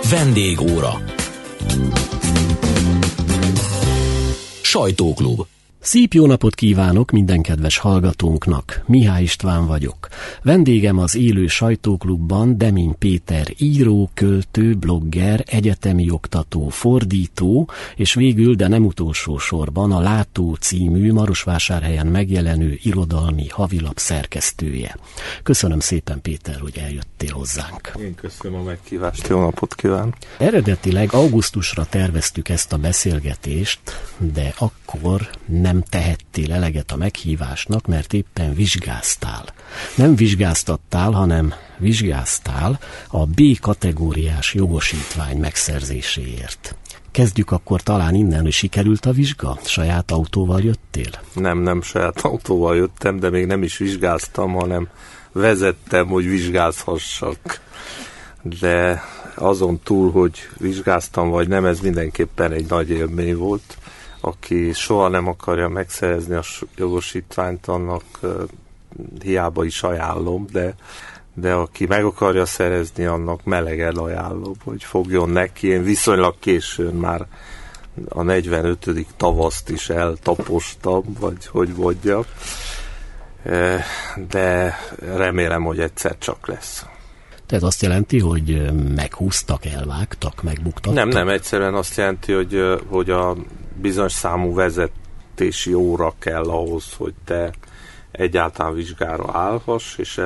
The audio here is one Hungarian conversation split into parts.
Vendégóra. Sajtóklub. Szép jó napot kívánok minden kedves hallgatónknak! Mihály István vagyok. Vendégem az élő sajtóklubban Demény Péter író, költő, blogger, egyetemi oktató, fordító, és végül, de nem utolsó sorban a Látó című Marosvásárhelyen megjelenő irodalmi havilap szerkesztője. Köszönöm szépen, Péter, hogy eljöttél hozzánk. Én köszönöm a meghívást, jó napot kívánok! Eredetileg augusztusra terveztük ezt a beszélgetést, de akkor nem tehettél eleget a meghívásnak, mert éppen vizsgáztál. Nem vizsgáztattál, hanem vizsgáztál a B kategóriás jogosítvány megszerzéséért. Kezdjük akkor talán innen, hogy sikerült a vizsga? Saját autóval jöttél? Nem saját autóval jöttem, de még nem is vizsgáztam, hanem vezettem, hogy vizsgázhassak. De azon túl, hogy vizsgáztam vagy nem, ez mindenképpen egy nagy élmény volt. Aki soha nem akarja megszerezni a jogosítványt, annak hiába is ajánlom, de aki meg akarja szerezni, annak melegen ajánlom, hogy fogjon neki. Én viszonylag későn már a 45. tavaszt is eltapostam, vagy hogy mondjak, de remélem, hogy egyszer csak lesz. Tehát azt jelenti, hogy meghúztak, elvágtak, megbuktattak? Nem, egyszerűen azt jelenti, hogy a bizonyos számú vezetési óra kell ahhoz, hogy te egyáltalán vizsgára állhass, és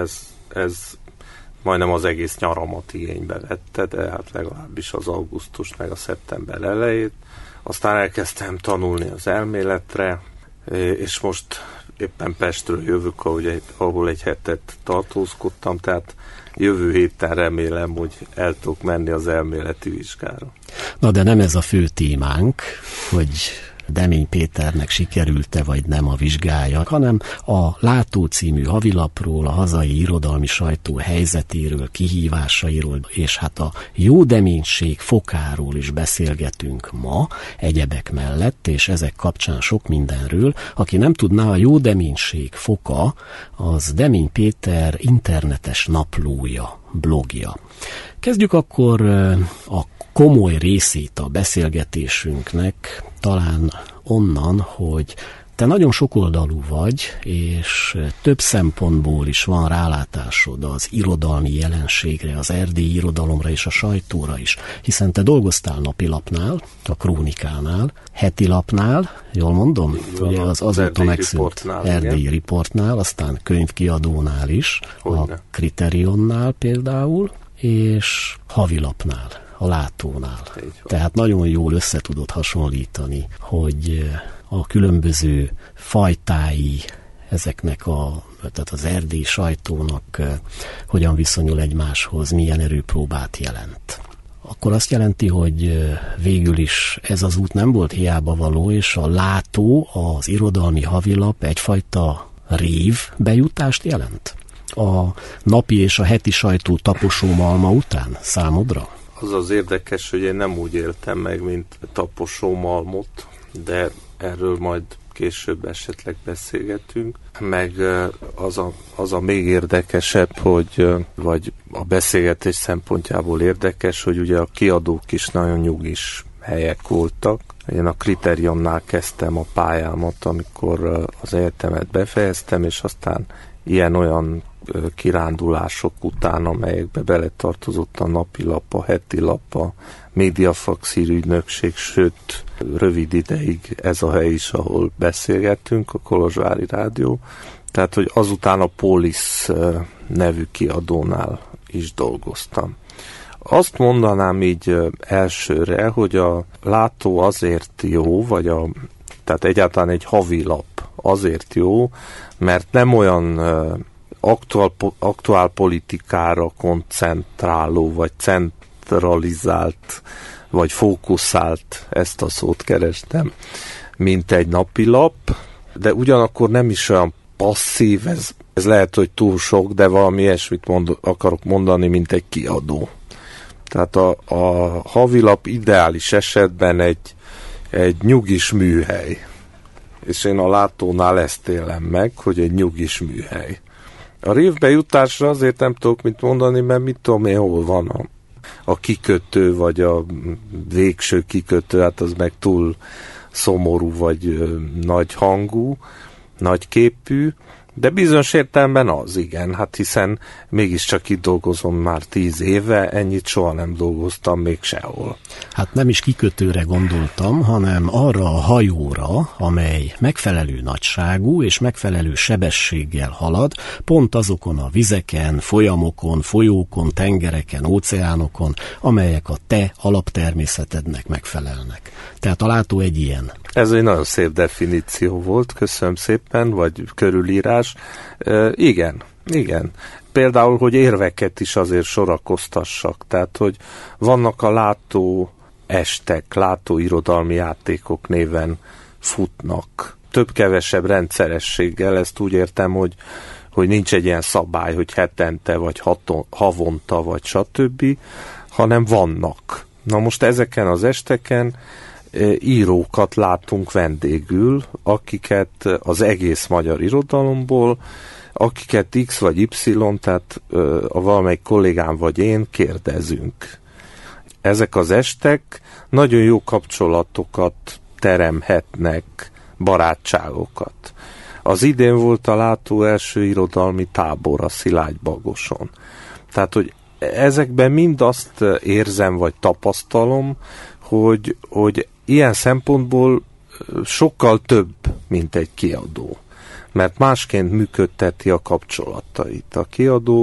ez majdnem az egész nyaramat igénybe vette, de hát legalábbis az augusztus meg a szeptember elejét. Aztán elkezdtem tanulni az elméletre, és most éppen Pestről jövök, ahol egy hetet tartózkodtam, tehát jövő héten remélem, hogy el tudok menni az elméleti vizsgára. Na de nem ez a fő témánk, hogy Demény Péternek sikerült-e vagy nem a vizsgája, hanem a Látó című havilapról, a hazai irodalmi sajtó helyzetéről, kihívásairól, és hát a jó deménység fokáról is beszélgetünk ma, egyebek mellett, és ezek kapcsán sok mindenről. Aki nem tudná, a jó deménység foka, az Demény Péter internetes naplója, blogja. Kezdjük akkor a komoly részét a beszélgetésünknek, talán onnan, hogy te nagyon sokoldalú vagy, és több szempontból is van rálátásod az irodalmi jelenségre, az erdélyi irodalomra és a sajtóra is, hiszen te dolgoztál napilapnál, a Krónikánál, hetilapnál, jól mondom? Ugye az azóta megszűnt Erdélyi Riportnál, aztán könyvkiadónál is, a Kriterionnál például, és havilapnál, a Látónál. Tehát nagyon jól össze tudod hasonlítani, hogy a különböző fajtái ezeknek tehát az erdélyi sajtónak hogyan viszonyul egymáshoz, milyen erőpróbát jelent. Akkor azt jelenti, hogy végül is ez az út nem volt hiába való, és a Látó, az irodalmi havilap egyfajta rév bejutást jelent? A napi és a heti sajtó taposómalma után számodra? Az az érdekes, hogy én nem úgy éltem meg, mint taposómalmot, de erről majd később esetleg beszélgetünk. Meg az a még érdekesebb, vagy a beszélgetés szempontjából érdekes, hogy ugye a kiadók is nagyon nyugis helyek voltak. Én a Kriterionnál kezdtem a pályámat, amikor az egyetemet befejeztem, és aztán ilyen-olyan kirándulások után, amelyekbe beletartozott a napilap, a hetilap, a Mediafax hírügynökség, sőt, rövid ideig ez a hely is, ahol beszélgettünk, a Kolozsvári Rádió. Tehát, hogy azután a Polis nevű kiadónál is dolgoztam. Azt mondanám így elsőre, hogy a Látó azért jó, tehát egyáltalán egy havilap azért jó, mert nem olyan aktuál politikára koncentráló, vagy centralizált, vagy fókuszált, ezt a szót kerestem, mint egy napilap, de ugyanakkor nem is olyan passzív, ez lehet, hogy túl sok, de valami ilyesmit akarok mondani, mint egy kiadó. Tehát a havilap ideális esetben egy nyugis műhely. És én a Látónál ezt élem meg, hogy egy nyugis műhely. A révbe jutásra azért nem tudok mit mondani, mert mit tudom én, hol van a kikötő, vagy a végső kikötő, hát az meg túl szomorú, vagy nagy hangú, nagy képű, de bizonyos értelemben az, igen, hát hiszen mégiscsak itt dolgozom már 10 éve, ennyit soha nem dolgoztam még sehol. Hát nem is kikötőre gondoltam, hanem arra a hajóra, amely megfelelő nagyságú és megfelelő sebességgel halad, pont azokon a vizeken, folyamokon, folyókon, tengereken, óceánokon, amelyek a te alaptermészetednek megfelelnek. Tehát a látó egy ilyen. Ez egy nagyon szép definíció volt, köszönöm szépen, vagy körülírás. Igen. Például, hogy érveket is azért sorakoztassak, tehát, hogy vannak a látó estek, látó irodalmi játékok néven futnak. Több-kevesebb rendszerességgel, ezt úgy értem, hogy nincs egy ilyen szabály, hogy hetente, vagy havonta, vagy stb., hanem vannak. Na most ezeken az esteken írókat látunk vendégül, akiket az egész magyar irodalomból, akiket X vagy Y, tehát a valamelyik kollégám vagy én kérdezünk. Ezek az estek nagyon jó kapcsolatokat teremhetnek, barátságokat. Az idén volt a látó első irodalmi tábor a Szilágybagoson. Tehát, hogy ezekben mind azt érzem, vagy tapasztalom, hogy ilyen szempontból sokkal több, mint egy kiadó. Mert másként működteti a kapcsolatait. A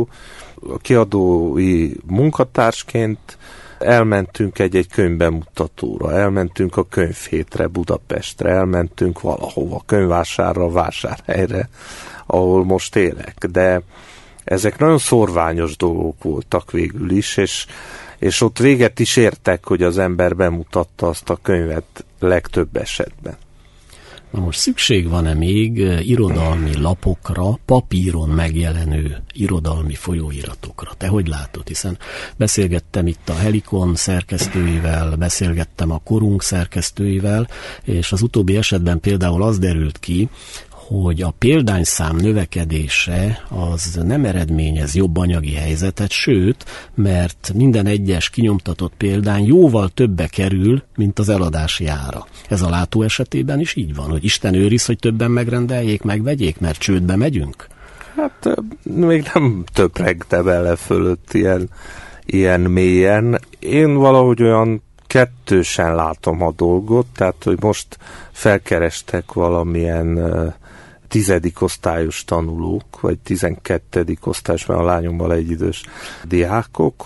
kiadói munkatársként elmentünk egy könyvbemutatóra, elmentünk a könyvhétre Budapestre, elmentünk valahova, könyvvásárra, vásárhelyre, ahol most élek. De ezek nagyon szorványos dolgok voltak végül is, és ott véget is értek, hogy az ember bemutatta azt a könyvet legtöbb esetben. Na most szükség van-e még irodalmi lapokra, papíron megjelenő irodalmi folyóiratokra? Te hogy látod? Hiszen beszélgettem itt a Helikon szerkesztőivel, beszélgettem a Korunk szerkesztőivel, és az utóbbi esetben például az derült ki, hogy a példányszám növekedése az nem eredményez jobb anyagi helyzetet, sőt, mert minden egyes kinyomtatott példány jóval többe kerül, mint az eladási ára. Ez a látó esetében is így van, hogy Isten őriz, hogy többen megrendeljék, megvegyék, mert csődbe megyünk? Hát még nem töprengte bele fölött ilyen mélyen. Én valahogy olyan kettősen látom a dolgot, tehát, hogy most felkerestek valamilyen 10. osztályos tanulók, vagy 12. osztályos, mert a lányommal egyidős diákok,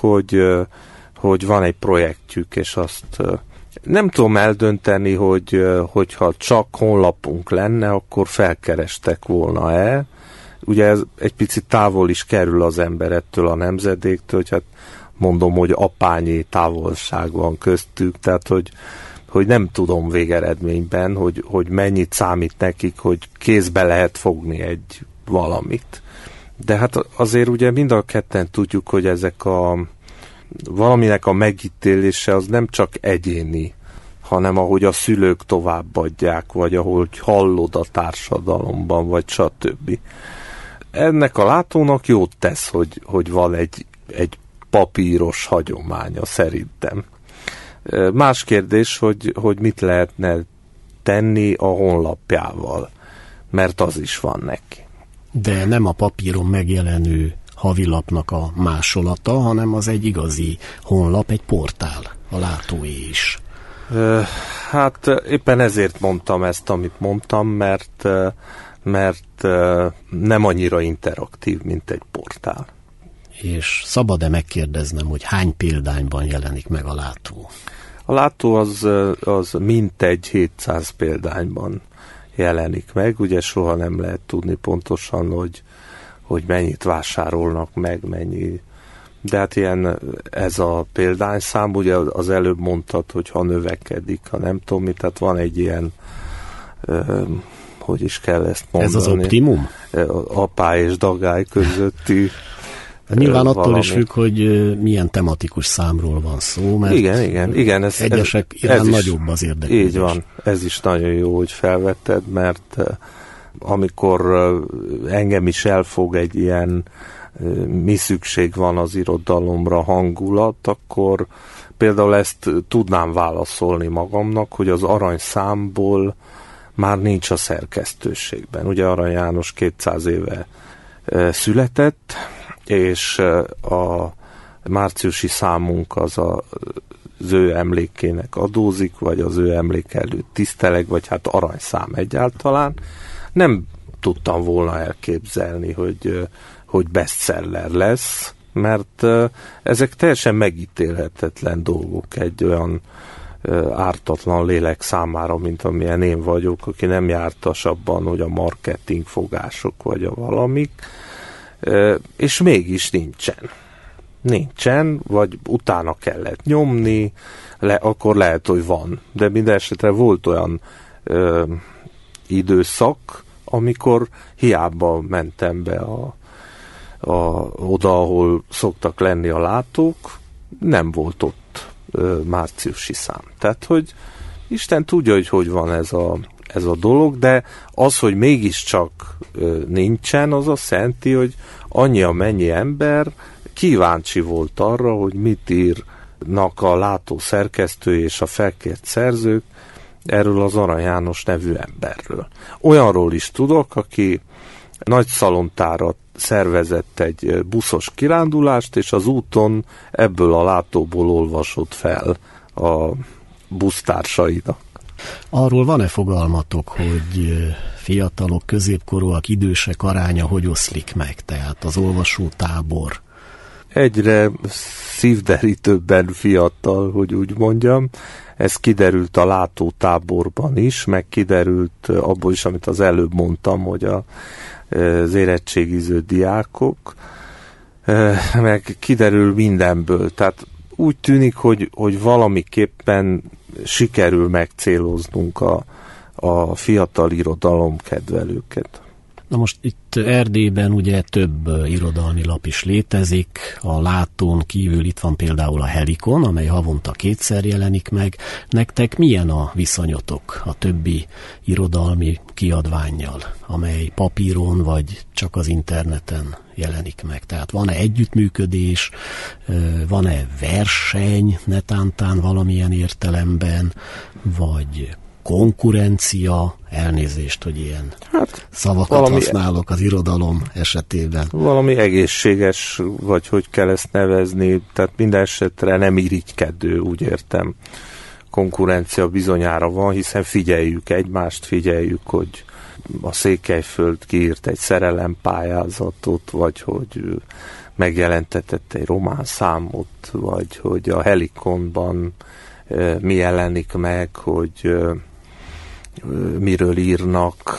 hogy van egy projektjük, és azt nem tudom eldönteni, hogyha csak honlapunk lenne, akkor felkerestek volna-e. Ugye ez egy picit távol is kerül az ember ettől a nemzedéktől, hogy hát mondom, hogy apányi távolság van köztük, tehát hogy nem tudom végeredményben, hogy mennyit számít nekik, hogy kézbe lehet fogni egy valamit. De hát azért ugye mind a ketten tudjuk, hogy ezek valaminek a megítélése az nem csak egyéni, hanem ahogy a szülők továbbadják, vagy ahogy hallod a társadalomban, vagy stb. Ennek a látónak jót tesz, hogy van egy papíros hagyománya szerintem. Más kérdés, hogy mit lehetne tenni a honlapjával, mert az is van neki. De nem a papíron megjelenő havilapnak a másolata, hanem az egy igazi honlap, egy portál, a látóé is. Hát éppen ezért mondtam ezt, amit mondtam, mert nem annyira interaktív, mint egy portál. És szabad-e megkérdeznem, hogy hány példányban jelenik meg a látó? A látó az mintegy 700 példányban jelenik meg, ugye soha nem lehet tudni pontosan, hogy mennyit vásárolnak meg, mennyi. De hát ilyen ez a példányszám, ugye az előbb mondtad, hogy ha növekedik, ha nem tudom mit, tehát van egy ilyen, hogy is kell ezt mondani. Ez az optimum? Apá és dagály közötti nyilván attól is függ, hogy milyen tematikus számról van szó, mert igen, egyesek iránt nagyobb az érdeklődés. Így van, ez is nagyon jó, hogy felvetted, mert amikor engem is elfog egy ilyen mi szükség van az irodalomra, hangulat, akkor például ezt tudnám válaszolni magamnak, hogy az aranyszámból már nincs a szerkesztőségben. Ugye Arany János 200 éve született, és a márciusi számunk az az ő emlékének adózik, vagy az ő emlék előtt tiszteleg, vagy hát aranyszám egyáltalán. Nem tudtam volna elképzelni, hogy bestseller lesz, mert ezek teljesen megítélhetetlen dolgok egy olyan ártatlan lélek számára, mint amilyen én vagyok, aki nem jártas abban, hogy a marketing fogások vagy a valamik, és mégis nincsen, vagy utána kellett nyomni, akkor lehet, hogy van. De minden esetre volt olyan időszak, amikor hiába mentem be oda, ahol szoktak lenni a látók, nem volt ott márciusi szám. Tehát, hogy Isten tudja, hogy van ez a dolog, de az, hogy mégiscsak nincsen, az azt jelenti, hogy annyi ember kíváncsi volt arra, hogy mit írnak a látó szerkesztő és a felkért szerzők erről az Arany János nevű emberről. Olyanról is tudok, aki nagy szalontára szervezett egy buszos kirándulást, és az úton ebből a látóból olvasott fel a busztársainak. Arról van-e fogalmatok, hogy fiatalok, középkorúak, idősek aránya hogy oszlik meg? Tehát az olvasótábor? Egyre szívderítőbben fiatal, hogy úgy mondjam. Ez kiderült a látótáborban is, meg kiderült abból is, amit az előbb mondtam, hogy az érettségiző diákok, meg kiderül mindenből. Tehát úgy tűnik, hogy valamiképpen sikerül megcéloznunk a fiatal irodalomkedvelőket. Na most itt Erdélyben ugye több irodalmi lap is létezik, a Látón kívül itt van például a Helikon, amely havonta 2-szer jelenik meg. Nektek milyen a viszonyotok a többi irodalmi kiadvánnyal, amely papíron vagy csak az interneten jelenik meg? Tehát van-e együttműködés, van-e verseny netántán valamilyen értelemben, vagy konkurencia, elnézést, hogy ilyen szavakat használok az irodalom esetében. Valami egészséges, vagy hogy kell ezt nevezni, tehát minden esetre nem irigykedő, úgy értem. Konkurencia bizonyára van, hiszen figyeljük egymást, figyeljük, hogy a Székelyföld kiírt egy szerelempályázatot, vagy hogy megjelentetett egy román számot, vagy hogy a Helikonban mi jelenik meg, hogy miről írnak.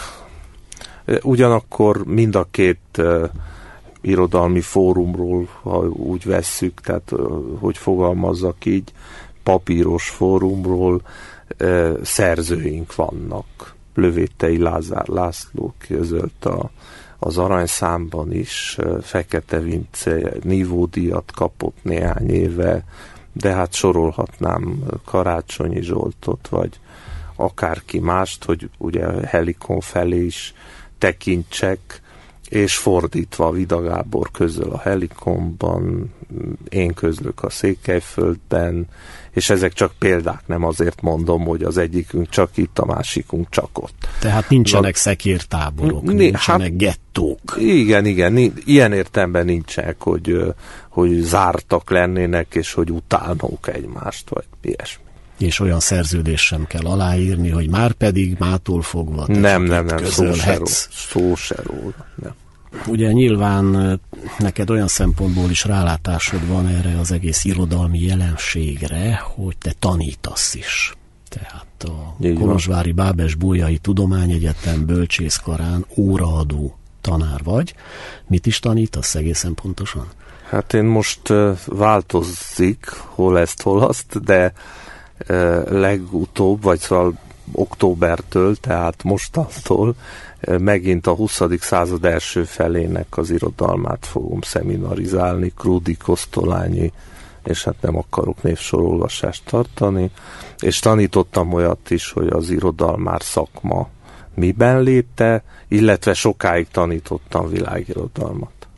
Ugyanakkor mind a két irodalmi fórumról, ha úgy vesszük, tehát hogy fogalmazzak így, papíros fórumról szerzőink vannak. Lövétei Lázár László közölt az aranyszámban is, Fekete Vince nívódíjat kapott néhány éve, de hát sorolhatnám Karácsonyi Zsoltot, vagy akárki mást, hogy ugye Helikon felé is tekintsek, és fordítva Vida Gábor közöl a Helikonban, én közlök a Székelyföldben, és ezek csak példák, nem azért mondom, hogy az egyikünk csak itt, a másikunk csak ott. Tehát nincsenek szekértáborok, nincsenek gettók. Igen, ilyen értelemben nincsenek, hogy zártak lennének, és hogy utálnók egymást, vagy ilyesmi. És olyan szerződés sem kell aláírni, hogy már pedig mától fogva nem, szó se róla. Nem. Ugye nyilván neked olyan szempontból is rálátásod van erre az egész irodalmi jelenségre, hogy te tanítasz is. Tehát a Kolozsvári Bábes-Bolyai Tudományegyetem bölcsészkarán óraadó tanár vagy. Mit is tanítasz egészen pontosan? Hát én most változik, hol azt, de legutóbb, vagy szóval októbertől, tehát mostantól megint a 20. század első felének az irodalmát fogom szeminarizálni, Krúdy, Kosztolányi, és hát nem akarok névsorolvasást tartani, és tanítottam olyat is, hogy az irodalmár szakma miben léte, illetve sokáig tanítottam világirodalmat.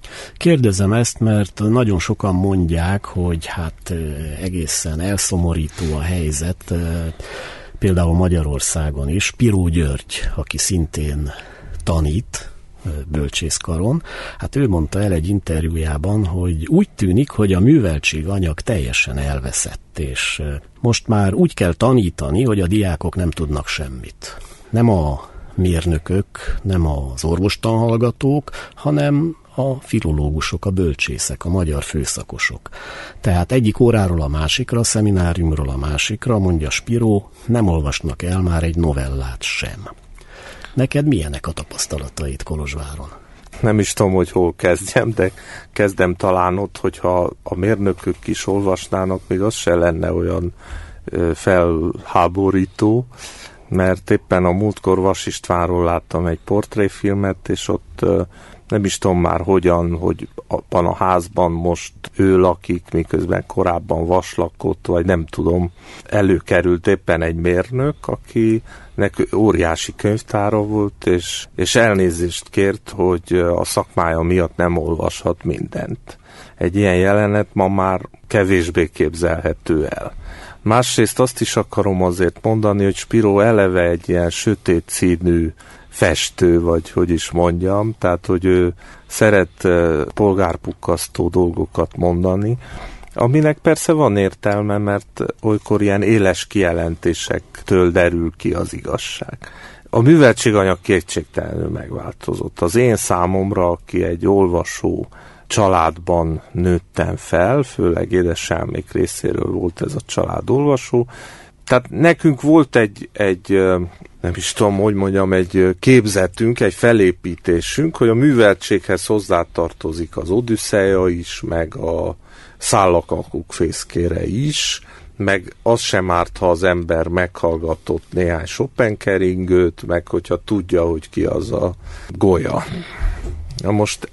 Kérdezem ezt, mert nagyon sokan mondják, hogy hát egészen elszomorító a helyzet, például Magyarországon is. Piró György, aki szintén tanít bölcsészkaron, hát ő mondta el egy interjújában, hogy úgy tűnik, hogy a műveltséganyag teljesen elveszett, és most már úgy kell tanítani, hogy a diákok nem tudnak semmit. Nem a mérnökök, nem az orvostanhallgatók, hanem a filológusok, a bölcsészek, a magyar főszakosok. Tehát egyik óráról a másikra, a szemináriumról a másikra, mondja Spiró, nem olvasnak el már egy novellát sem. Neked milyenek a tapasztalataid Kolozsváron? Nem is tudom, hogy hol kezdjem, de kezdem talán ott, hogyha a mérnökök is olvasnának, még az se lenne olyan felháborító, mert éppen a múltkor Vas Istvánról láttam egy portréfilmet, és ott nem is tudom már hogyan, hogy abban a házban most ő lakik, miközben korábban Vas lakott, vagy nem tudom, előkerült éppen egy mérnök, akinek óriási könyvtára volt, és elnézést kért, hogy a szakmája miatt nem olvashat mindent. Egy ilyen jelenet ma már kevésbé képzelhető el. Másrészt azt is akarom azért mondani, hogy Spiró eleve egy ilyen sötét színű festő, vagy hogy is mondjam, tehát hogy ő szeret polgárpukkasztó dolgokat mondani, aminek persze van értelme, mert olykor ilyen éles kijelentésektől derül ki az igazság. A műveltséganyag kétségtelenül megváltozott. Az én számomra, aki egy olvasó családban nőttem fel, főleg édesálmék részéről volt ez a család olvasó, tehát nekünk volt egy nem is tudom, hogy mondjam, egy képzetünk, egy felépítésünk, hogy a műveltséghez hozzátartozik az Odüsszeja is, meg a Szállakakuk fészkére is, meg az sem árt, ha az ember meghallgatott néhány Chopin-keringőt, meg hogyha tudja, hogy ki az a Golya. Na most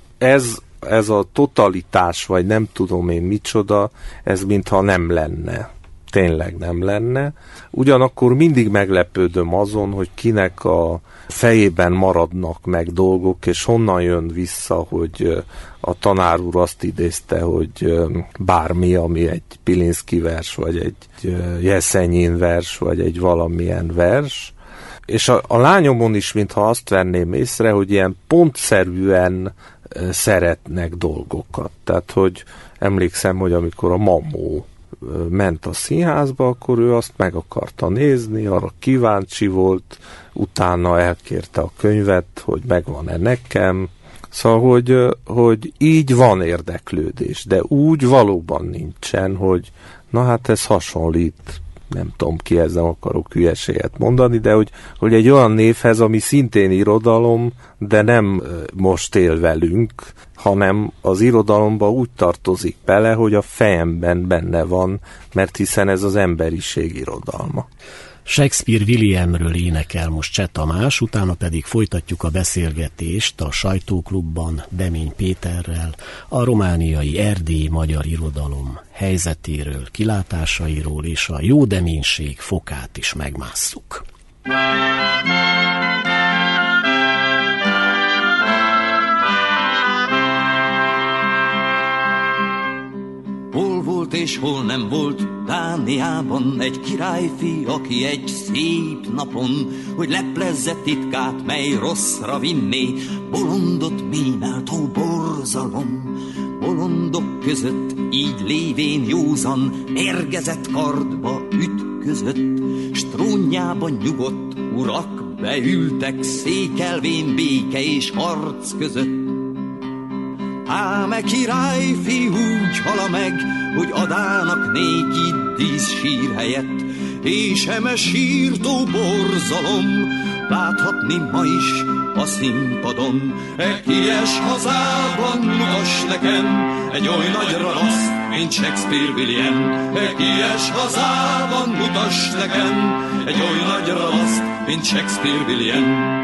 ez a totalitás, vagy nem tudom én micsoda, ez mintha nem lenne. Tényleg nem lenne. Ugyanakkor mindig meglepődöm azon, hogy kinek a fejében maradnak meg dolgok, és honnan jön vissza, hogy a tanár úr azt idézte, hogy bármi, ami egy Pilinszky vers, vagy egy Jeszenyin vers, vagy egy valamilyen vers. És a lányomon is, mintha azt venném észre, hogy ilyen pontszerűen szeretnek dolgokat. Tehát, hogy emlékszem, hogy amikor a Mamó ment a színházba, akkor ő azt meg akarta nézni, arra kíváncsi volt, utána elkérte a könyvet, hogy megvan-e nekem. Szóval, hogy így van érdeklődés, de úgy valóban nincsen, hogy na hát ez hasonlít, nem tudom ki, ez nem akarok hülyeséget mondani, de hogy egy olyan névhez, ami szintén irodalom, de nem most él velünk, hanem az irodalomba úgy tartozik bele, hogy a fejemben benne van, mert hiszen ez az emberiség irodalma. Shakespeare Williamről énekel most Cseh Tamás, utána pedig folytatjuk a beszélgetést a Sajtóklubban Demény Péterrel a romániai erdélyi magyar irodalom helyzetéről, kilátásairól, és a jó deménység fokát is megmásszuk. Hol volt és hol nem volt Dániában egy királyfi, aki egy szép napon, hogy leplezze titkát, mely rosszra vinné, bolondot mémelt, ó borzalom. Bolondok között így lévén józan, mérgezett kardba ütközött, s trónjában nyugodt urak beültek, székelvén béke és harc között. Ám királyfi úgy hala meg, hogy adának néki díszsír helyett, és eme sírtó borzalom láthatni ma is a színpadon. Kies hazában mutas nekem egy oly nagy ravaszt, mint Shakespeare William. Kies hazában mutas nekem egy oly nagy ravaszt, mint Shakespeare William.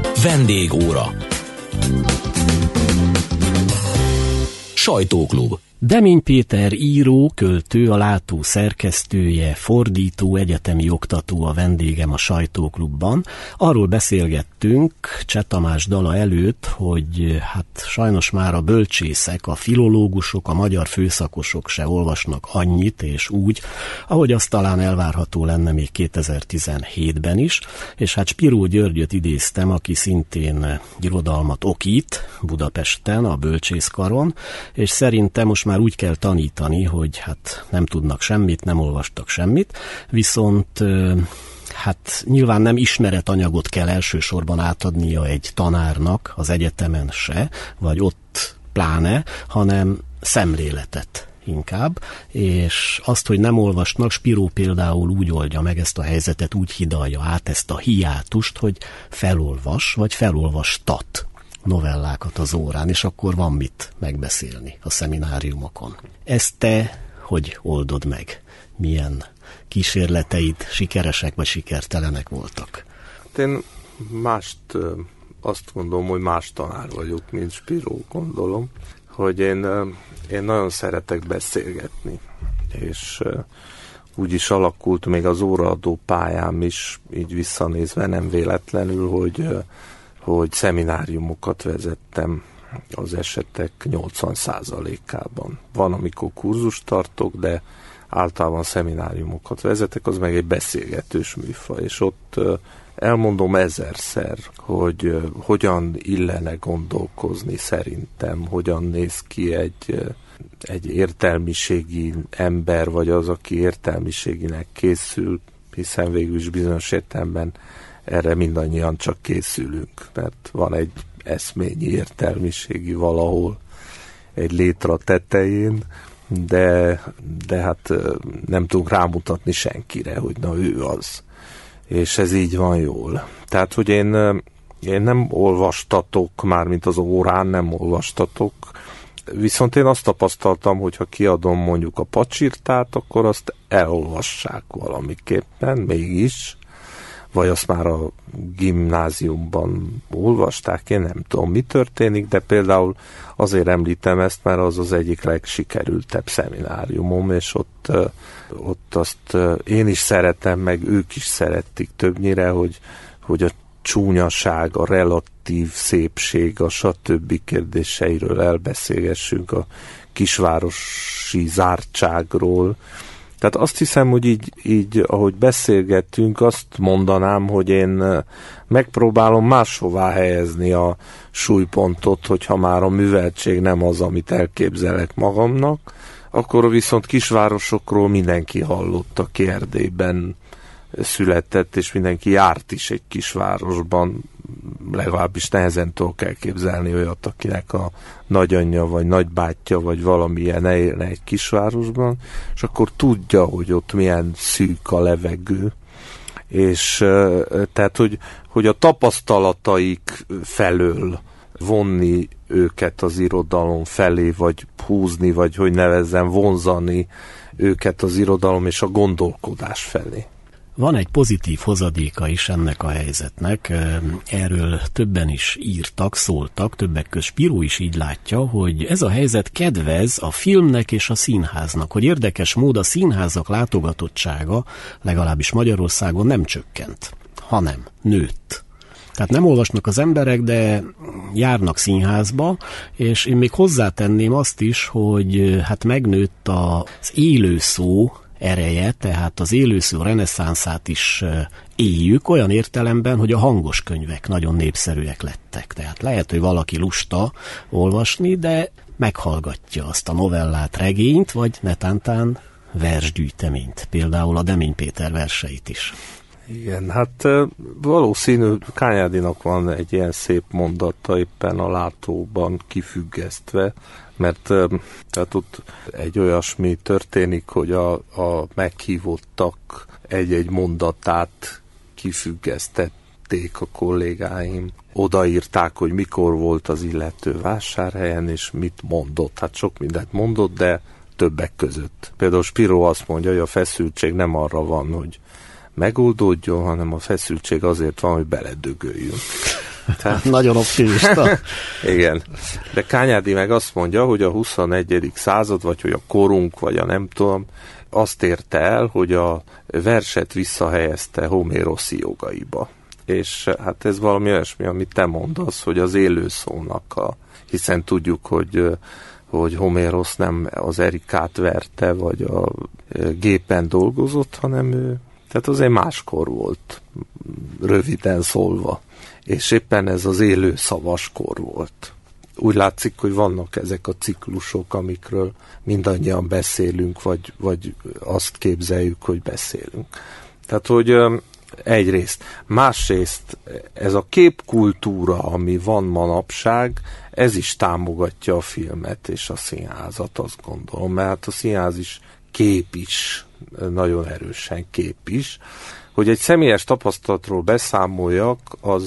Vendégóra. Sajtóklub. Demény Péter író, költő, a Látó szerkesztője, fordító, egyetemi oktató a vendégem a Sajtóklubban. Arról beszélgettünk Cseh Tamás dala előtt, hogy hát sajnos már a bölcsészek, a filológusok, a magyar főszakosok se olvasnak annyit és úgy, ahogy az talán elvárható lenne még 2017-ben is, és hát Spiró Györgyöt idéztem, aki szintén irodalmat okít Budapesten, a bölcsészkaron, és szerintem most már úgy kell tanítani, hogy hát nem tudnak semmit, nem olvastak semmit, viszont hát nyilván nem ismeretanyagot kell elsősorban átadnia egy tanárnak az egyetemen se, vagy ott pláne, hanem szemléletet inkább, és azt, hogy nem olvasnak, Spiró például úgy oldja meg ezt a helyzetet, úgy hidalja át ezt a hiátust, hogy felolvas, vagy felolvastat novellákat az órán, és akkor van mit megbeszélni a szemináriumokon. Ezt te hogy oldod meg? Milyen kísérleteid sikeresek vagy sikertelenek voltak? Én azt gondolom, hogy más tanár vagyok, mint Spiró, gondolom, hogy én nagyon szeretek beszélgetni, és úgy is alakult még az óraadó pályám is, így visszanézve nem véletlenül, hogy szemináriumokat vezettem az esetek 80%-ában. Van, amikor kurzust tartok, de általában szemináriumokat vezetek, az meg egy beszélgetős műfaj, és ott elmondom ezerszer, hogy hogyan illene gondolkozni szerintem, hogyan néz ki egy értelmiségi ember, vagy az, aki értelmiséginek készül, hiszen végül is bizonyos értelemben erre mindannyian csak készülünk, mert van egy eszményi értelmiségi valahol egy létra tetején, de hát nem tudunk rámutatni senkire, hogy na ő az. És ez így van jól. Tehát, hogy én nem olvastatok, mármint az órán nem olvastatok, viszont én azt tapasztaltam, hogy ha kiadom mondjuk a pacsirtát, akkor azt elolvassák valamiképpen, mégis, vagy azt már a gimnáziumban olvasták, én nem tudom, mi történik, de például azért említem ezt, mert az az egyik legsikerültebb szemináriumom, és ott azt én is szeretem, meg ők is szeretik többnyire, hogy a csúnyaság, a relatív szépség, a stb. Kérdéseiről elbeszélgessünk, a kisvárosi zártságról. Tehát azt hiszem, hogy így ahogy beszélgettünk, azt mondanám, hogy én megpróbálom máshová helyezni a súlypontot, hogyha már a műveltség nem az, amit elképzelek magamnak, akkor viszont kisvárosokról mindenki hallott, aki Erdélyben született, és mindenki járt is egy kisvárosban, legalábbis nehezen tudok elképzelni olyat, akinek a nagyanyja, vagy nagybátyja, vagy valamilyen élne egy kisvárosban, és akkor tudja, hogy ott milyen szűk a levegő, és tehát, hogy a tapasztalataik felől vonni őket az irodalom felé, vagy húzni, vagy hogy nevezzem, vonzani őket az irodalom és a gondolkodás felé. Van egy pozitív hozadéka is ennek a helyzetnek, erről többen is írtak, szóltak, többek között Spiró is így látja, hogy ez a helyzet kedvez a filmnek és a színháznak, hogy érdekes mód a színházak látogatottsága legalábbis Magyarországon nem csökkent, hanem nőtt. Tehát nem olvasnak az emberek, de járnak színházba, és én még hozzátenném azt is, hogy hát megnőtt az élő szó ereje, tehát az élőszó reneszánszát is éljük, olyan értelemben, hogy a hangos könyvek nagyon népszerűek lettek. Tehát lehet, hogy valaki lusta olvasni, de meghallgatja azt a novellát, regényt, vagy netántán versgyűjteményt, például a Demény Péter verseit is. Igen, hát valószínű, Kányádinak van egy ilyen szép mondata éppen a Látóban kifüggesztve, mert tehát ott egy olyasmi történik, hogy a meghívottak egy-egy mondatát kifüggesztették a kollégáim. Odaírták, hogy mikor volt az illető vásárhelyen, és mit mondott. Hát sok mindent mondott, de többek között. Például Spiró azt mondja, hogy a feszültség nem arra van, hogy megoldódjon, hanem a feszültség azért van, hogy beledögöljünk. Tehát... Nagyon optimista. Igen. De Kányádi meg azt mondja, hogy a 21. század, vagy hogy a korunk, vagy a nem tudom, azt érte el, hogy a verset visszahelyezte Homéroszi jogaiba. És hát ez valami olyasmi, amit te mondasz, hogy az élő szónak hiszen tudjuk, hogy Homérosz nem az Erikát verte, vagy a gépen dolgozott, hanem tehát azért máskor volt, röviden szólva. És éppen ez az élő szavas kor volt. Úgy látszik, hogy vannak ezek a ciklusok, amikről mindannyian beszélünk, vagy azt képzeljük, hogy beszélünk. Tehát, hogy egyrészt. Másrészt ez a képkultúra, ami van manapság, ez is támogatja a filmet és a színházat, azt gondolom, mert a színház is kép is, nagyon erősen kép is. Hogy egy személyes tapasztalatról beszámoljak,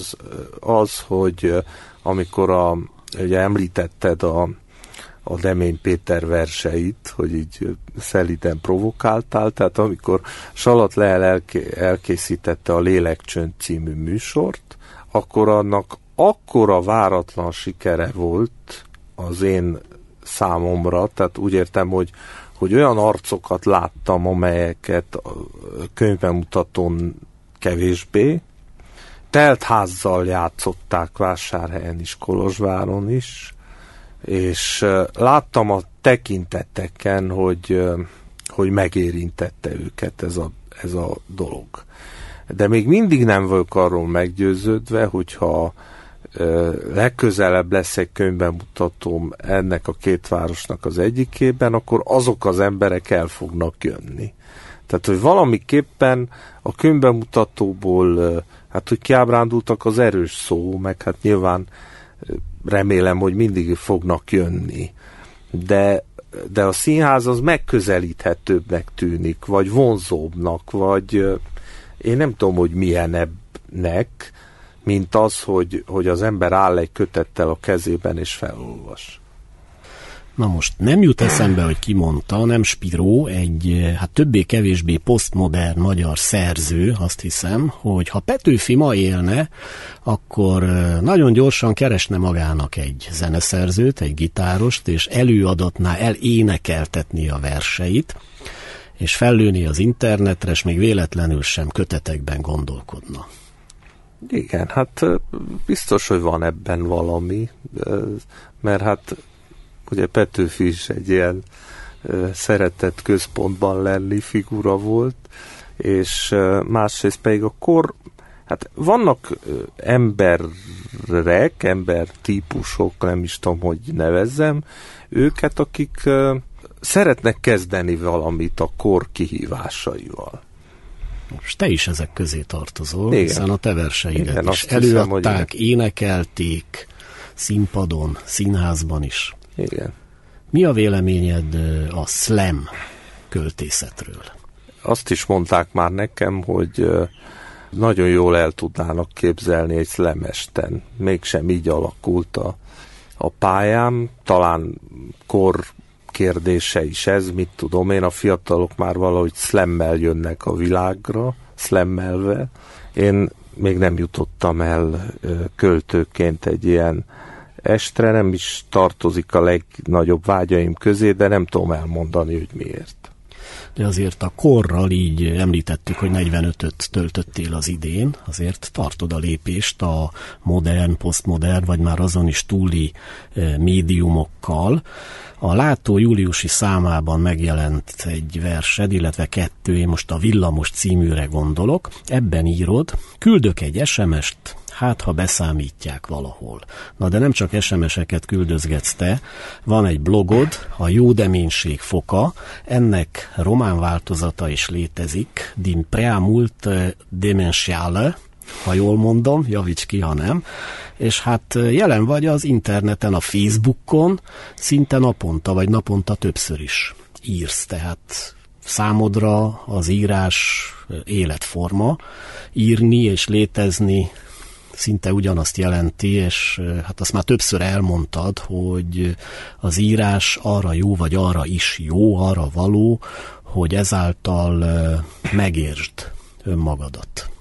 az hogy amikor ugye említetted a Demény Péter verseit, hogy így szeliden provokáltál, tehát amikor Salat Lehel elkészítette a Lélekcsönd című műsort, akkor annak akkora váratlan sikere volt az én számomra, tehát úgy értem, hogy olyan arcokat láttam, amelyeket a könyvbemutatón kevésbé, telt házzal játszották Vásárhelyen is, Kolozsváron is, és láttam a tekinteteken, hogy megérintette őket ez a dolog. De még mindig nem vagyok arról meggyőződve, hogyha legközelebb lesz egy könyvbemutatóm ennek a két városnak az egyikében, akkor azok az emberek el fognak jönni. Tehát, hogy valamiképpen a könyvbemutatóból, hát, hogy kiábrándultak az erős szó, meg hát nyilván remélem, hogy mindig fognak jönni. De a színház az megközelíthetőbbnek tűnik, vagy vonzóbbnak, vagy én nem tudom, hogy milyenebbnek, mint az, hogy az ember áll egy kötettel a kezében és felolvas. Na most nem jut eszembe, hogy ki mondta, nem Spiró, egy hát többé-kevésbé posztmodern magyar szerző, azt hiszem, hogy ha Petőfi ma élne, akkor nagyon gyorsan keresne magának egy zeneszerzőt, egy gitárost, és előadatná, elénekeltetni a verseit, és fellőni az internetre, és még véletlenül sem kötetekben gondolkodna. Igen, hát biztos, hogy van ebben valami, mert hát ugye Petőfi is egy ilyen szeretett központban lenni figura volt, és másrészt pedig a kor, hát vannak embertípusok, nem is tudom, hogy nevezzem őket, akik szeretnek kezdeni valamit a kor kihívásaival. Most te is ezek közé tartozol, igen, hiszen a te verseidet igen, is előadták, énekelték, színpadon, színházban is. Igen. Mi a véleményed a slam költészetről? Azt is mondták már nekem, hogy nagyon jól el tudnának képzelni egy szlemesten. Mégsem így alakult a pályám, talán kor kérdése is ez, mit tudom én, a fiatalok már valahogy szlemmel jönnek a világra, szlemmelve. Én még nem jutottam el költőként egy ilyen estre, nem is tartozik a legnagyobb vágyaim közé, de nem tudom elmondani, hogy miért. De azért a korral így említettük, hogy 45-öt töltöttél az idén, azért tartod a lépést a modern, posztmodern, vagy már azon is túli médiumokkal. A Látó júliusi számában megjelent egy versed, illetve kettő, én most a Villamos címűre gondolok. Ebben írod, küldök egy SMS-t, hát ha beszámítják valahol. Na de nem csak SMS-eket küldözgetsz te, van egy blogod, a Jódeménység foka, ennek román változata is létezik, din prea mult demensiale, ha jól mondom, javíts ki, ha nem, és hát jelen vagy az interneten, a Facebookon, szinte naponta, vagy naponta többször is írsz, tehát számodra az írás életforma, írni és létezni szinte ugyanazt jelenti, és hát azt már többször elmondtad, hogy az írás arra jó, vagy arra is jó, arra való, hogy ezáltal megértsd önmagadat.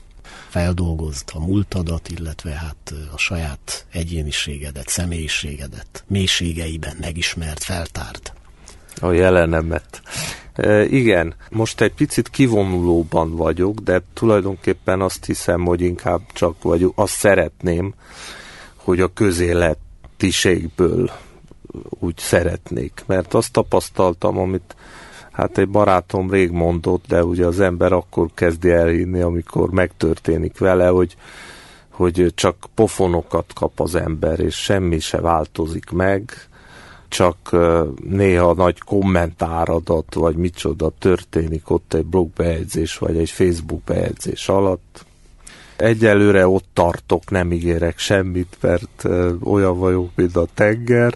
feldolgozd a múltadat, illetve hát a saját egyéniségedet, személyiségedet mélységeiben megismert, feltárd. A jelenemet. Igen, most egy picit kivonulóban vagyok, de tulajdonképpen azt hiszem, hogy inkább csak vagyok, azt szeretném, hogy a közéletiségből úgy szeretnék, mert azt tapasztaltam, amit hát egy barátom rég mondott, de ugye az ember akkor kezdi elhinni, amikor megtörténik vele, hogy csak pofonokat kap az ember, és semmi se változik meg, csak néha nagy kommentáradat, vagy micsoda történik ott egy blogbejegyzés, vagy egy Facebook bejegyzés alatt. Egyelőre ott tartok, nem ígérek semmit, mert olyan vagyok, mint a tenger,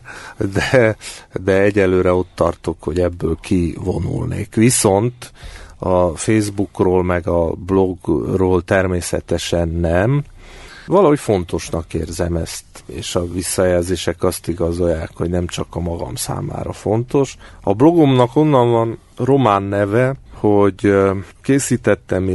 de egyelőre ott tartok, hogy ebből kivonulnék. Viszont a Facebookról, meg a blogról természetesen nem. Valahogy fontosnak érzem ezt, és a visszajelzések azt igazolják, hogy nem csak a magam számára fontos. A blogomnak onnan van román neve, hogy készítettem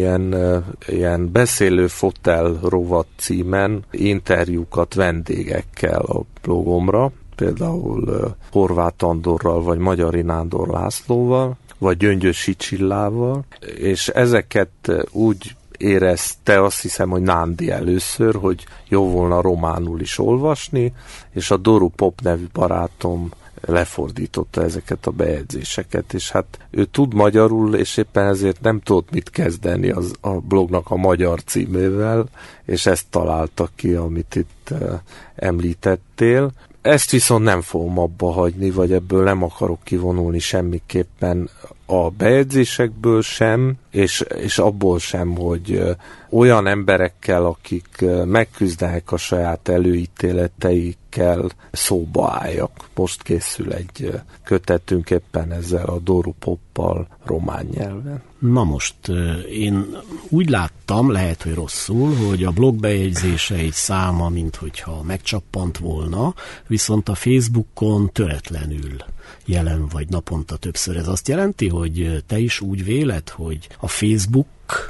ilyen beszélő fotel rovat címen interjúkat vendégekkel a blogomra, például Horváth Andorral, vagy Magyari Nándor Lászlóval, vagy Gyöngyösi Csillával, és ezeket úgy érezte, azt hiszem, hogy Nándi először, hogy jó volna románul is olvasni, és a Doru Pop nevű barátom lefordította ezeket a bejegyzéseket, és hát ő tud magyarul, és éppen ezért nem tudott mit kezdeni a blognak a magyar címével, és ezt találta ki, amit itt említettél. Ezt viszont nem fogom abba hagyni, vagy ebből nem akarok kivonulni semmiképpen, a bejegyzésekből sem, és abból sem, hogy olyan emberekkel, akik megküzdenek a saját előítéleteikkel, szóba álljak. Most készül egy kötetünk éppen ezzel a Doru Poppal román nyelven. Na most, én úgy láttam, lehet, hogy rosszul, hogy a blogbejegyzéseid száma, minthogyha megcsappant volna, viszont a Facebookon töretlenül jelen vagy naponta többször. Ez azt jelenti, hogy te is úgy véled, hogy a Facebook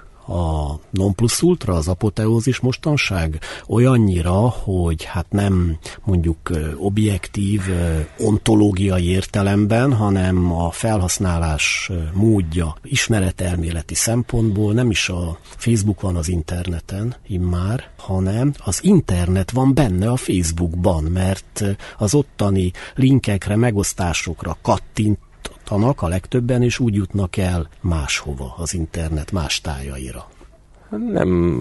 a non plus ultra, az apoteózis mostanság olyannyira, hogy hát nem mondjuk objektív, ontológiai értelemben, hanem a felhasználás módja ismeretelméleti szempontból nem is a Facebook van az interneten immár, hanem az internet van benne a Facebookban, mert az ottani linkekre, megosztásokra kattintanak a legtöbben, és úgy jutnak el máshova, az internet más tájaira. Nem,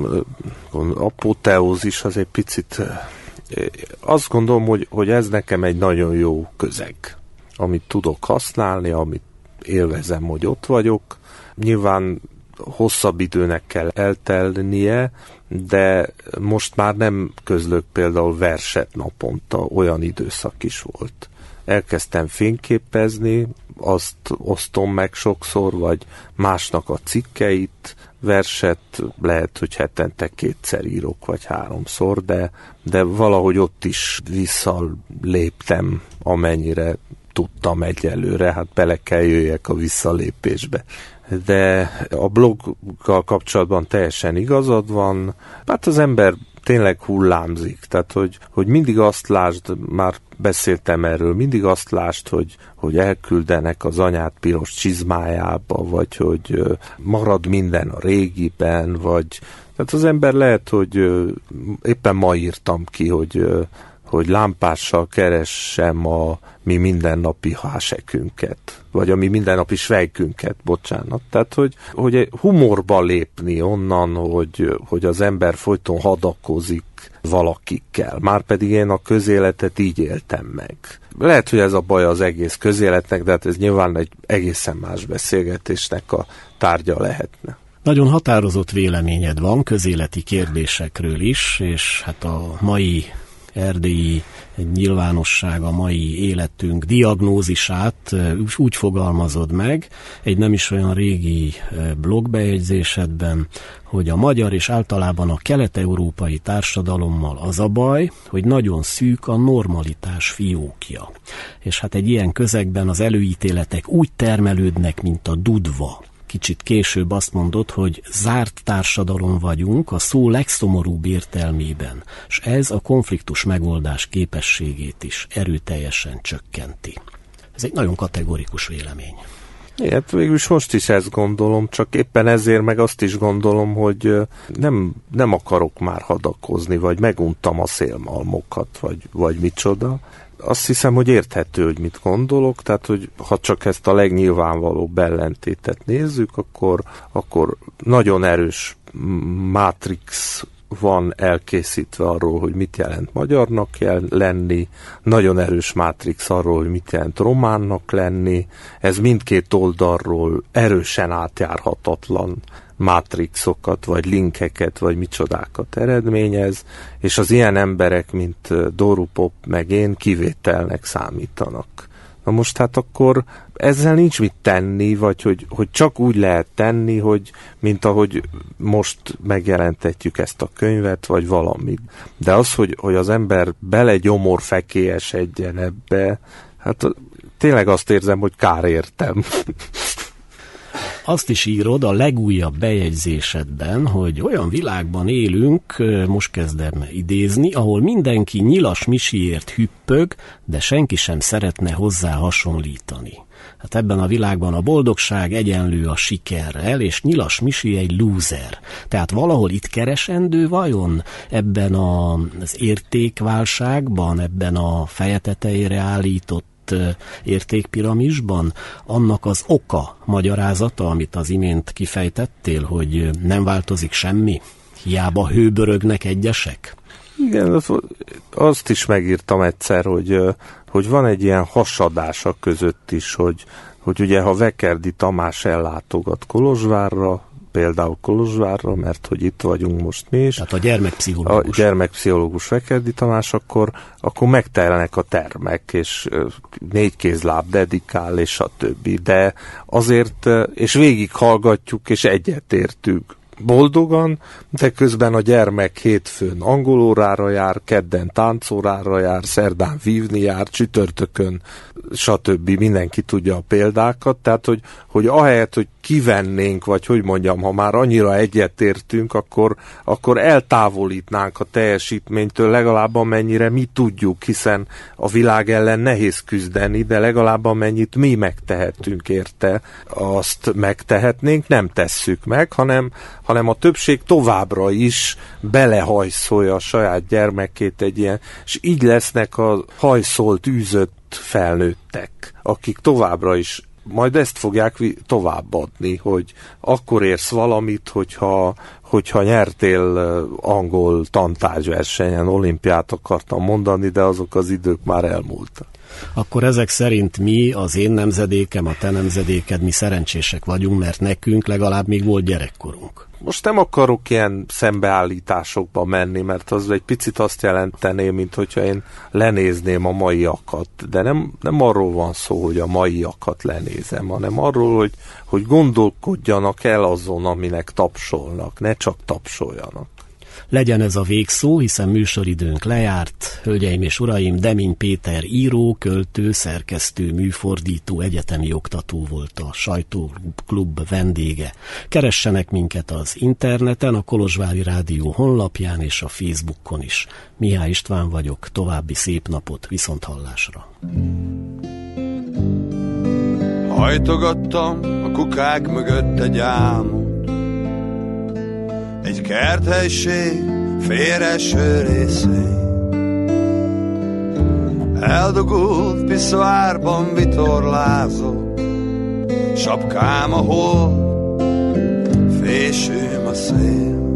apoteózis az egy picit, azt gondolom, hogy ez nekem egy nagyon jó közeg, amit tudok használni, amit élvezem, hogy ott vagyok. Nyilván hosszabb időnek kell eltelnie, de most már nem közlök például verset naponta, olyan időszak is volt. Elkezdtem fényképezni, azt osztom meg sokszor, vagy másnak a cikkeit, verset lehet, hogy hetente 2-szer írok, vagy 3-szor, de valahogy ott is visszaléptem, amennyire tudtam egyelőre, hát bele kell jöjjek a visszalépésbe. De a bloggal kapcsolatban teljesen igazad van, hát az ember tényleg hullámzik, tehát hogy mindig azt lásd, már beszéltem erről, mindig azt lásd, hogy elküldenek az anyád piros csizmájába, vagy hogy marad minden a régiben, vagy tehát az ember lehet, hogy éppen ma írtam ki, hogy lámpással keressem a mi mindennapi hásekünket, vagy a mi mindennapi svejkünket, bocsánat. Tehát, hogy egy humorba lépni onnan, hogy az ember folyton hadakozik valakikkel. Márpedig én a közéletet így éltem meg. Lehet, hogy ez a baj az egész közéletnek, de hát ez nyilván egy egészen más beszélgetésnek a tárgya lehetne. Nagyon határozott véleményed van közéleti kérdésekről is, és hát a mai erdélyi nyilvánosság, a mai életünk diagnózisát úgy fogalmazod meg, egy nem is olyan régi blogbejegyzésedben, hogy a magyar és általában a kelet-európai társadalommal az a baj, hogy nagyon szűk a normalitás fiókja. És hát egy ilyen közegben az előítéletek úgy termelődnek, mint a dudva. kicsit később azt mondod, hogy zárt társadalom vagyunk a szó legszomorúbb értelmében, és ez a konfliktus megoldás képességét is erőteljesen csökkenti. Ez egy nagyon kategorikus vélemény. Hát végülis most is ezt gondolom, csak éppen ezért meg azt is gondolom, hogy nem akarok már hadakozni, vagy meguntam a szélmalmokat, vagy micsoda. Azt hiszem, hogy érthető, hogy mit gondolok, tehát, hogy ha csak ezt a legnyilvánvalóbb ellentétet nézzük, akkor nagyon erős mátrix van elkészítve arról, hogy mit jelent magyarnak lenni, nagyon erős mátrix arról, hogy mit jelent románnak lenni, ez mindkét oldalról erősen átjárhatatlan mátrixokat, vagy linkeket, vagy micsodákat eredményez, és az ilyen emberek, mint Doru Pop meg én kivételnek számítanak. Na most hát akkor ezzel nincs mit tenni, vagy hogy csak úgy lehet tenni, mint ahogy most megjelentetjük ezt a könyvet, vagy valamit. De az, hogy az ember belegyomorfekélyesedjen ebbe, hát tényleg azt érzem, hogy kár értem. Azt is írod a legújabb bejegyzésedben, hogy olyan világban élünk, most kezdem idézni, ahol mindenki Nyilas Misiért hüppög, de senki sem szeretne hozzá hasonlítani. Hát ebben a világban a boldogság egyenlő a sikerrel, és Nyilas Misi egy lúzer. Tehát valahol itt keresendő vajon ebben az értékválságban, ebben a feje tetejére állított értékpiramisban annak az oka, magyarázata, amit az imént kifejtettél, hogy nem változik semmi? Hiába hőbörögnek egyesek? Igen, azt is megírtam egyszer, hogy van egy ilyen hasadás a között is, hogy ugye ha Vekerdi Tamás ellátogat Kolozsvárra, például Kolozsvárra, mert hogy itt vagyunk most mi is. Tehát a gyermekpszichológus. A gyermekpszichológus Vekerdi Tamás, akkor megtelnek a termek, és 4 kézláb dedikál, és a többi. De azért, és végighallgatjuk, és egyetértünk boldogan, de közben a gyermek hétfőn angolórára jár, kedden táncórára jár, szerdán vívni jár, csütörtökön, stb. Mindenki tudja a példákat, tehát hogy ahelyett, hogy kivennénk, vagy hogy mondjam, ha már annyira egyetértünk, akkor eltávolítnánk a teljesítménytől legalább amennyire mi tudjuk, hiszen a világ ellen nehéz küzdeni, de legalább amennyit mi megtehetünk érte, azt megtehetnénk, nem tesszük meg, hanem a többség továbbra is belehajszolja a saját gyermekét egy ilyen, és így lesznek a hajszolt, űzött felnőttek, akik továbbra is majd ezt fogják továbbadni, hogy akkor érsz valamit, hogyha nyertél angol tantárgyversenyen, olimpiát akartam mondani, de azok az idők már elmúltak. Akkor ezek szerint mi, az én nemzedékem, a te nemzedéked, mi szerencsések vagyunk, mert nekünk legalább még volt gyerekkorunk. Most nem akarok ilyen szembeállításokba menni, mert az egy picit azt jelentené, mint hogyha én lenézném a maiakat, de nem arról van szó, hogy a maiakat lenézem, hanem arról, hogy gondolkodjanak el azon, aminek tapsolnak, ne csak tapsoljanak. Legyen ez a végszó, hiszen műsoridőnk lejárt. Hölgyeim és uraim, Demény Péter író, költő, szerkesztő, műfordító, egyetemi oktató volt a Sajtóklub vendége. Keressenek minket az interneten, a Kolozsvári Rádió honlapján és a Facebookon is. Mihály István vagyok, további szép napot, viszonthallásra. Hajtogattam a kukák mögött egy álmot, egy kerthelység félreeső részén. Eldugult piszoárban vitorlázok, sapkám a hold, fésőm a szél.